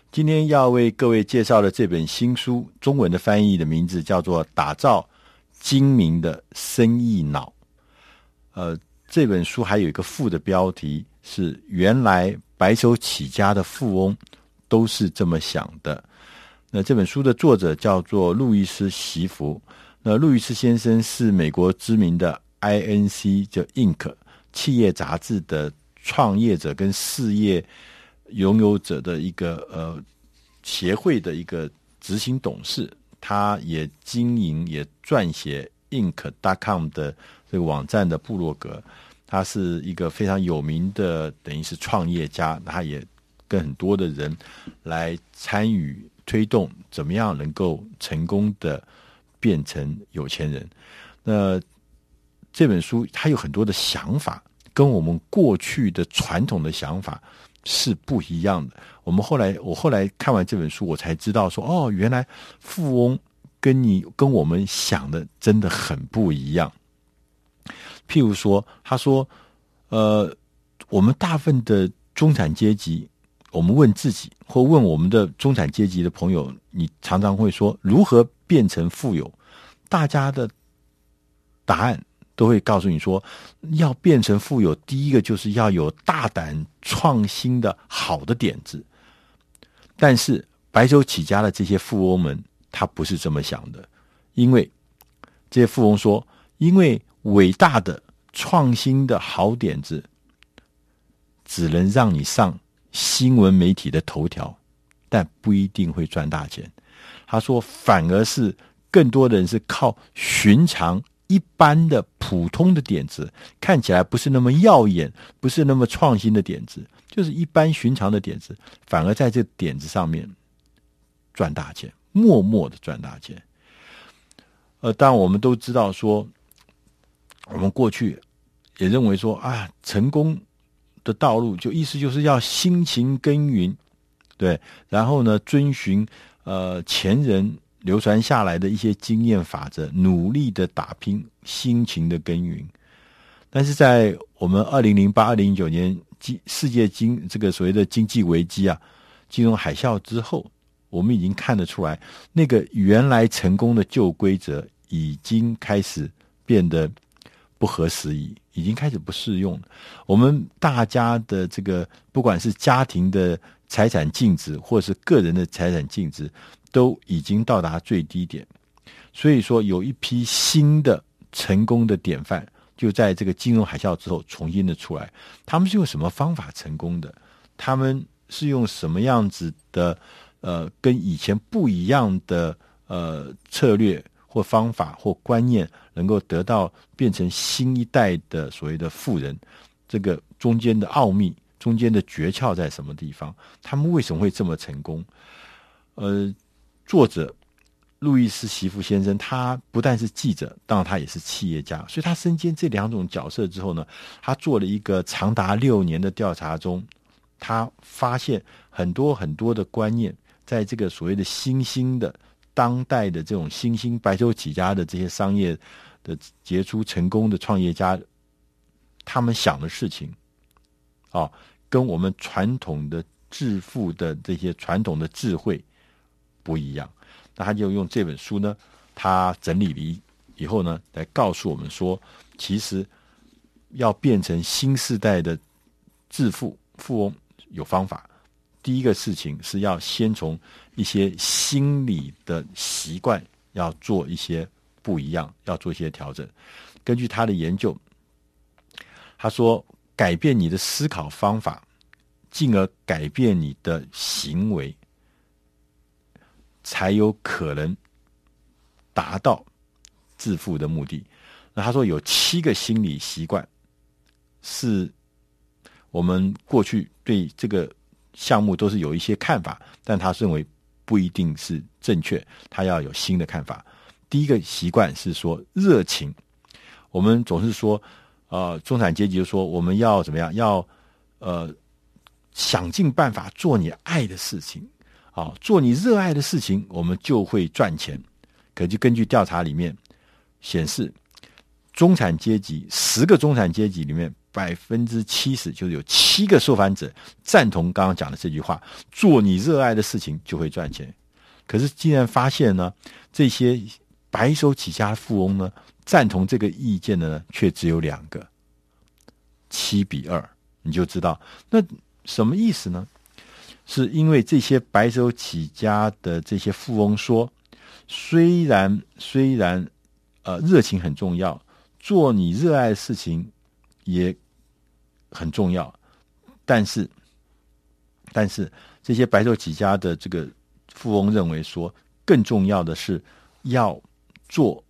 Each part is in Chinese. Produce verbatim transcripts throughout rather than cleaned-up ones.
今天要为各位介绍的这本新书，中文的翻译的名字叫做《打造精明的生意脑》。呃，这本书还有一个副的标题是“原来白手起家的富翁都是这么想的”。那这本书的作者叫做路易斯·席弗。那路易斯先生是美国知名的 I N C 就 Inc 企业杂志的创业者跟事业拥有者的一个呃协会的一个执行董事，他也经营也撰写 ink 点 com 的这个网站的部落格，他是一个非常有名的等于是创业家，他也跟很多的人来参与推动怎么样能够成功的变成有钱人。那这本书它有很多的想法跟我们过去的传统的想法是不一样的。我们后来我后来看完这本书，我才知道说，哦，原来富翁跟你跟我们想的真的很不一样。譬如说，他说呃我们大部分的中产阶级，我们问自己或问我们的中产阶级的朋友，你常常会说如何变成富有，大家的答案都会告诉你说，要变成富有，第一个就是要有大胆创新的好的点子。但是白手起家的这些富翁们，他不是这么想的。因为这些富翁说，因为伟大的创新的好点子只能让你上新闻媒体的头条，但不一定会赚大钱。他说反而是更多的人是靠寻常一般的普通的点子，看起来不是那么耀眼，不是那么创新的点子，就是一般寻常的点子，反而在这点子上面赚大钱，默默的赚大钱。呃，当然我们都知道说，我们过去也认为说啊，成功的道路就意思就是要辛勤耕耘，对，然后呢，遵循呃前人流传下来的一些经验法则，努力的打拼，辛勤的耕耘。但是在我们二零零八、二零零九年世界经这个所谓的经济危机啊，金融海啸之后，我们已经看得出来，那个原来成功的旧规则已经开始变得不合时宜，已经开始不适用了。我们大家的这个不管是家庭的财产净值或是个人的财产净值都已经到达最低点，所以说有一批新的成功的典范就在这个金融海啸之后重新的出来。他们是用什么方法成功的？他们是用什么样子的呃跟以前不一样的呃策略或方法或观念，能够得到变成新一代的所谓的富人？这个中间的奥秘，中间的诀窍在什么地方？他们为什么会这么成功？呃，作者路易斯·席弗先生，他不但是记者，当然他也是企业家，所以他身兼这两种角色之后呢，他做了一个长达六年的调查中，他发现很多很多的观念，在这个所谓的新兴的当代的这种新兴白手起家的这些商业的杰出成功的创业家，他们想的事情啊，跟我们传统的致富的这些传统的智慧不一样。那他就用这本书呢，他整理了以后呢，来告诉我们说，其实要变成新世代的致富富翁有方法。第一个事情是要先从一些心理的习惯要做一些不一样，要做一些调整。根据他的研究，他说改变你的思考方法，进而改变你的行为，才有可能达到致富的目的。那他说有七个心理习惯是我们过去对这个项目都是有一些看法，但他认为不一定是正确，他要有新的看法。第一个习惯是说热情。我们总是说呃，中产阶级就说我们要怎么样，要呃想尽办法做你爱的事情啊，做你热爱的事情，我们就会赚钱。可就根据调查里面显示，中产阶级十个中产阶级里面百分之七十，就是有七七个受访者赞同刚刚讲的这句话，做你热爱的事情就会赚钱。可是竟然发现呢，这些白手起家的富翁呢，赞同这个意见的呢，却只有两个，七比二，你就知道那什么意思呢？是因为这些白手起家的这些富翁说，虽然虽然呃热情很重要，做你热爱的事情也很重要，但是但是这些白手起家的这个富翁认为说，更重要的是要做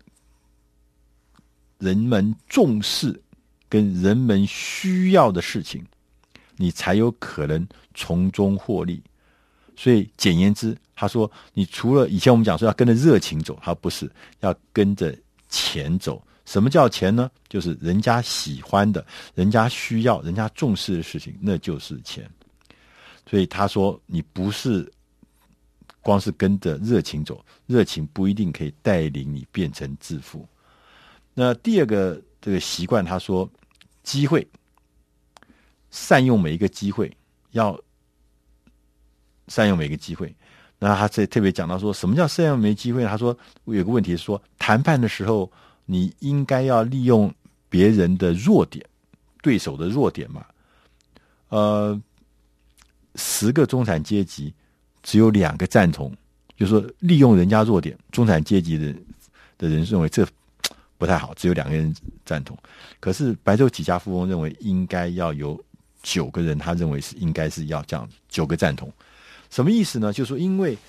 人们重视跟人们需要的事情，你才有可能从中获利。所以简言之，他说你除了以前我们讲说要跟着热情走，他不是，要跟着钱走。什么叫钱呢？就是人家喜欢的，人家需要，人家重视的事情，那就是钱。所以他说你不是光是跟着热情走，热情不一定可以带领你变成致富。那第二个这个习惯，他说机会，善用每一个机会，要善用每一个机会。那他这特别讲到说，什么叫善用每一个机会？他说有个问题是说，谈判的时候你应该要利用别人的弱点，对手的弱点嘛。呃，十个中产阶级只有两个赞同，就是说利用人家弱点，中产阶级的的人认为这不太好，只有两个人赞同。可是白手起家富翁认为应该要有九个人，他认为是应该是要这样，九个赞同。什么意思呢？就是说，因为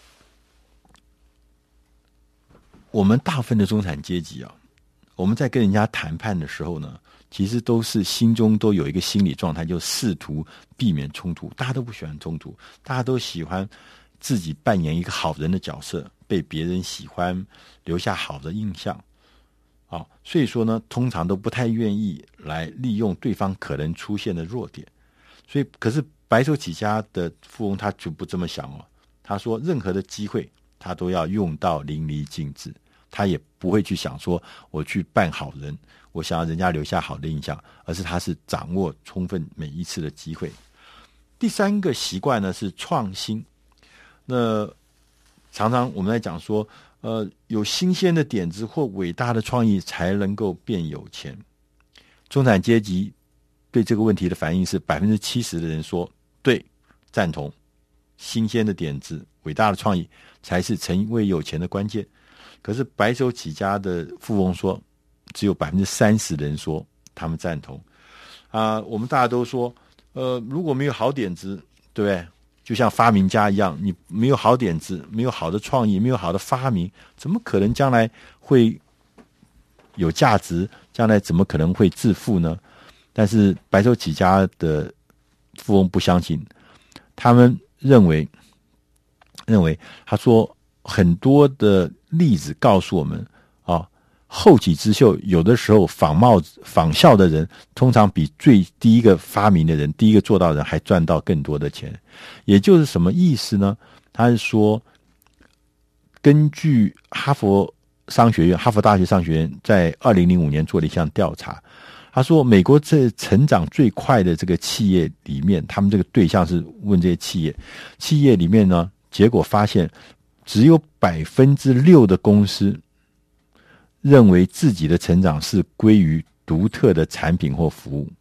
我们大部分的中产阶级啊，我们在跟人家谈判的时候呢，其实都是心中都有一个心理状态，就试图避免冲突。大家都不喜欢冲突，大家都喜欢自己扮演一个好人的角色，被别人喜欢，留下好的印象。啊，所以说呢，通常都不太愿意来利用对方可能出现的弱点。所以，可是白手起家的富翁他就不这么想哦。他说，任何的机会他都要用到淋漓尽致，他也不会去想说我去扮好人，我想要人家留下好的印象，而是他是掌握充分每一次的机会。第三个习惯呢是创新。那常常我们在讲说，呃，有新鲜的点子或伟大的创意才能够变有钱。中产阶级对这个问题的反应是百分之七十的人说对，赞同，新鲜的点子、伟大的创意才是成为有钱的关键。可是白手起家的富翁说，只有百分之三十的人说他们赞同。啊、呃，我们大家都说，呃，如果没有好点子，对不对？就像发明家一样，你没有好点子，没有好的创意，没有好的发明，怎么可能将来会有价值？将来怎么可能会致富呢？但是白手起家的富翁不相信，他们认为，认为他说很多的例子告诉我们啊，后起之秀有的时候仿冒仿效的人，通常比最第一个发明的人、第一个做到的人还赚到更多的钱。也就是什么意思呢？他是说，根据哈佛商学院、哈佛大学商学院在二零零五年做了一项调查，他说，美国这成长最快的这个企业里面，他们这个对象是问这些企业，企业里面呢，结果发现只有百分之六的公司认为自己的成长是归于独特的产品或服务，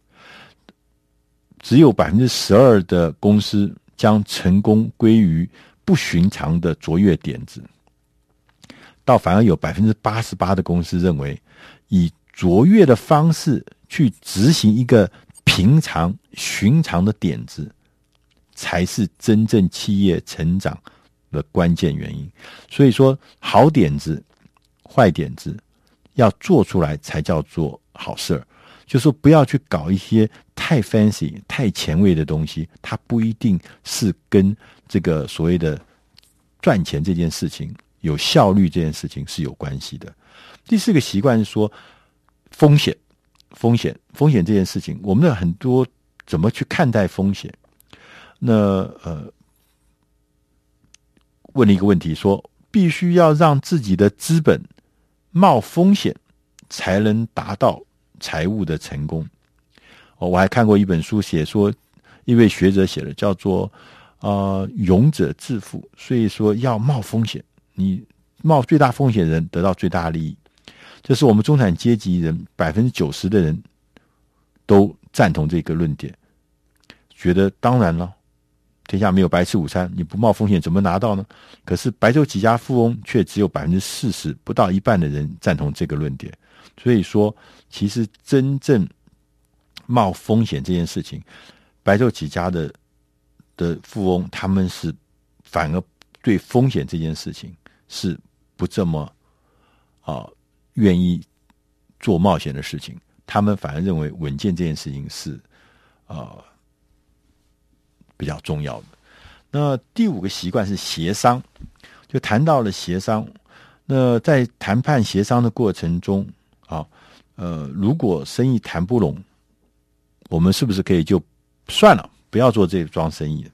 只有百分之十二的公司将成功归于不寻常的卓越点子，倒反而有百分之八十八的公司认为，以卓越的方式去执行一个平常寻常的点子，才是真正企业成长的关键原因。所以说，好点子、坏点子要做出来才叫做好事儿。就是说，不要去搞一些太 fancy、太前卫的东西，它不一定是跟这个所谓的赚钱这件事情、有效率这件事情是有关系的。第四个习惯是说，风险，风险，风险这件事情，我们的很多怎么去看待风险？那呃，问了一个问题，说必须要让自己的资本冒风险，才能达到财务的成功。 哦，我还看过一本书写说，一位学者写的叫做呃勇者致富，所以说要冒风险，你冒最大风险的人得到最大利益。这是我们中产阶级人百分之九十的人都赞同这个论点，觉得当然了，天下没有白吃午餐，你不冒风险怎么拿到呢？可是白手起家富翁却只有百分之四十，不到一半的人赞同这个论点。所以说，其实真正冒风险这件事情，白手起家的的富翁，他们是反而对风险这件事情是不这么啊、呃、愿意做冒险的事情，他们反而认为稳健这件事情是呃比较重要的。那第五个习惯是协商，就谈到了协商。那在谈判协商的过程中啊，呃，如果生意谈不拢，我们是不是可以就算了，不要做这桩生意？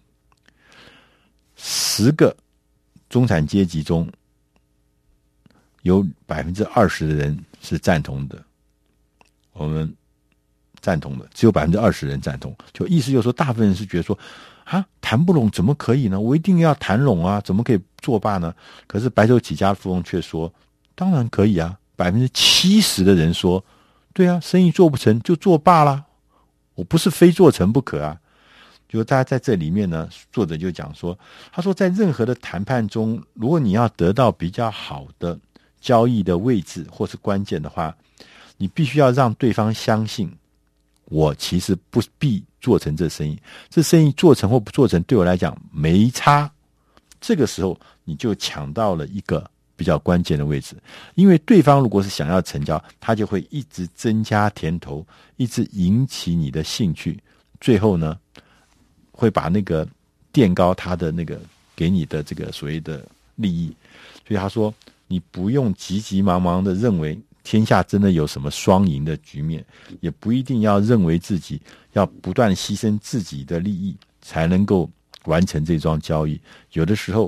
十个中产阶级中，有百分之二十的人是赞同的，我们赞同的只有百分之二十人赞同，就意思就是说，大部分人是觉得说，啊，谈不拢怎么可以呢？我一定要谈拢啊，怎么可以作罢呢？可是白手起家的富翁却说，当然可以啊。百分之七十的人说，对啊，生意做不成就作罢啦，我不是非做成不可啊。就大家在这里面呢，作者就讲说，他说在任何的谈判中，如果你要得到比较好的交易的位置或是关键的话，你必须要让对方相信，我其实不必做成这生意，这生意做成或不做成对我来讲没差。这个时候你就抢到了一个比较关键的位置，因为对方如果是想要成交，他就会一直增加甜头，一直引起你的兴趣，最后呢会把那个垫高他的那个给你的这个所谓的利益。所以他说，你不用急急忙忙的认为天下真的有什么双赢的局面，也不一定要认为自己要不断牺牲自己的利益才能够完成这桩交易。有的时候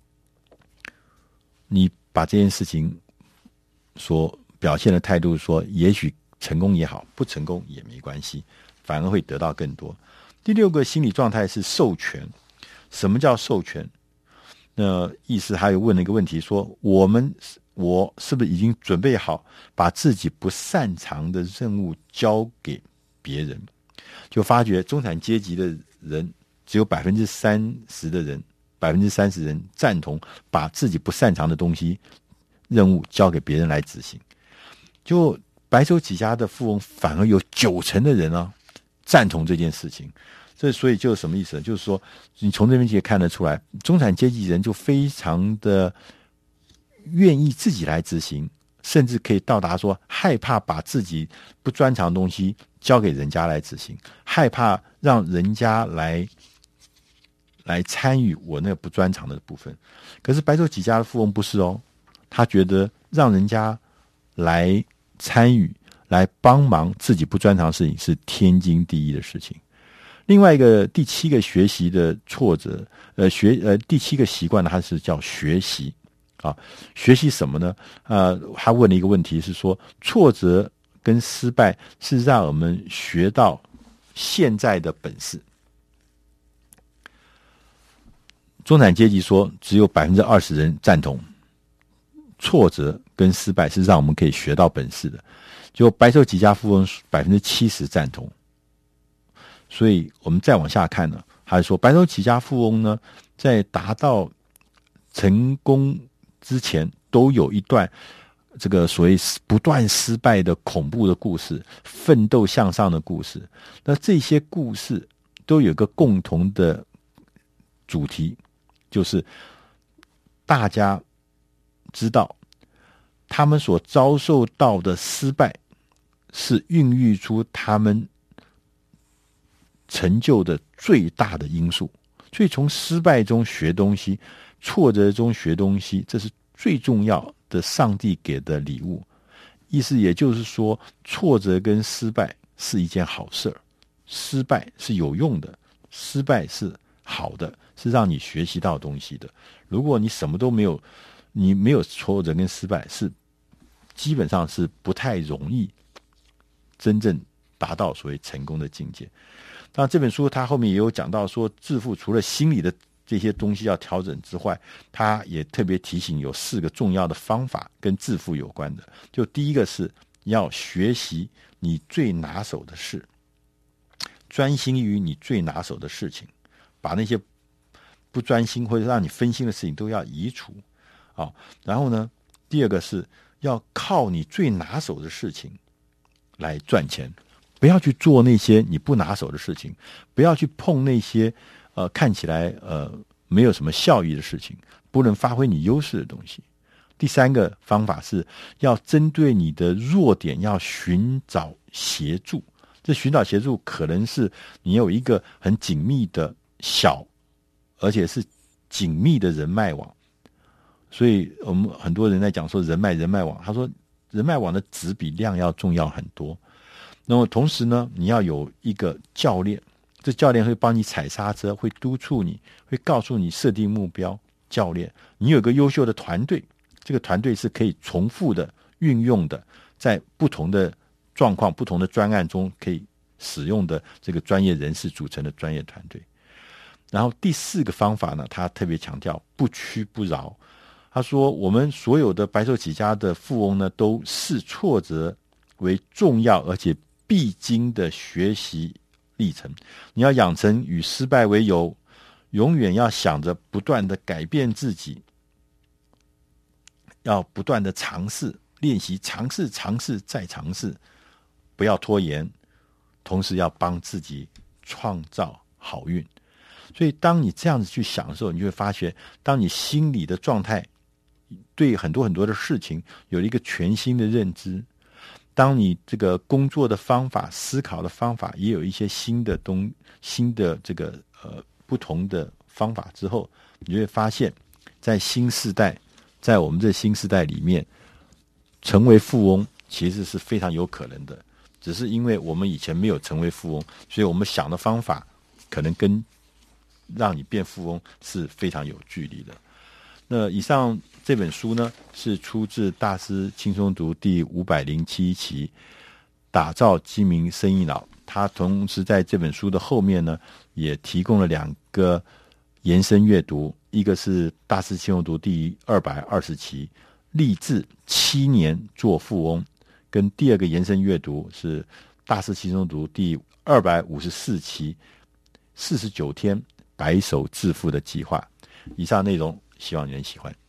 你把这件事情所表现的态度说，也许成功也好，不成功也没关系，反而会得到更多。第六个心理状态是授权。什么叫授权？那意思还有问了一个问题，说我们我是不是已经准备好把自己不擅长的任务交给别人？就发觉中产阶级的人只有百分之三十的人，百分之三十人赞同把自己不擅长的东西任务交给别人来执行。就白手起家的富翁反而有九成的人啊赞同这件事情。这所以就是什么意思呢？就是说，你从这边可以看得出来，中产阶级人就非常的愿意自己来执行，甚至可以到达说害怕把自己不专长的东西交给人家来执行，害怕让人家来来参与我那个不专长的部分。可是白手起家的富翁不是哦，他觉得让人家来参与、来帮忙自己不专长的事情是天经地义的事情。另外一个第七个学习的挫折，呃，学呃第七个习惯呢，它是叫学习啊。学习什么呢？呃，他问了一个问题是说，挫折跟失败是让我们学到现在的本事。中产阶级说，只有百分之二十人赞同，挫折跟失败是让我们可以学到本事的。就白手起家富翁百分之七十赞同。所以我们再往下看呢，还是说白手起家富翁呢，在达到成功之前，都有一段这个所谓不断失败的恐怖的故事，奋斗向上的故事。那这些故事都有一个共同的主题，就是大家知道他们所遭受到的失败是孕育出他们成就的最大的因素。所以从失败中学东西，挫折中学东西，这是最重要的上帝给的礼物。意思也就是说，挫折跟失败是一件好事儿，失败是有用的，失败是好的，是让你学习到东西的。如果你什么都没有，你没有挫折跟失败，是基本上是不太容易真正达到所谓成功的境界。当然这本书他后面也有讲到说，致富除了心理的这些东西要调整之外，他也特别提醒有四个重要的方法跟致富有关的。就第一个是要学习你最拿手的事，专心于你最拿手的事情，把那些不专心或者让你分心的事情都要移除。哦，然后呢，第二个是要靠你最拿手的事情来赚钱，不要去做那些你不拿手的事情，不要去碰那些呃看起来呃没有什么效益的事情，不能发挥你优势的东西。第三个方法是要针对你的弱点要寻找协助，这寻找协助可能是你有一个很紧密的小而且是紧密的人脉网。所以我们很多人在讲说人脉人脉网，他说人脉网的质比量要重要很多。那么同时呢，你要有一个教练，这教练会帮你踩刹车，会督促你，会告诉你设定目标。教练，你有一个优秀的团队，这个团队是可以重复的运用的，在不同的状况不同的专案中可以使用的这个专业人士组成的专业团队。然后第四个方法呢，他特别强调不屈不挠。他说我们所有的白手起家的富翁呢，都视挫折为重要而且必经的学习历程。你要养成与失败为友，永远要想着不断的改变自己，要不断的尝试练习，尝试尝试再尝试，不要拖延，同时要帮自己创造好运。所以当你这样子去想的时候，你就会发现，当你心理的状态对很多很多的事情有了一个全新的认知，当你这个工作的方法思考的方法也有一些新的东新的这个呃不同的方法之后，你就会发现在新世代，在我们这新世代里面，成为富翁其实是非常有可能的，只是因为我们以前没有成为富翁，所以我们想的方法可能跟让你变富翁是非常有距离的。那以上这本书呢，是出自大师轻松读第五百零七期，打造精明生意脑。他同时在这本书的后面呢，也提供了两个延伸阅读，一个是大师轻松读第二百二十期，立志七年做富翁，跟第二个延伸阅读是大师轻松读第二百五十四期，四十九天白手致富的计划。以上内容希望你能喜欢。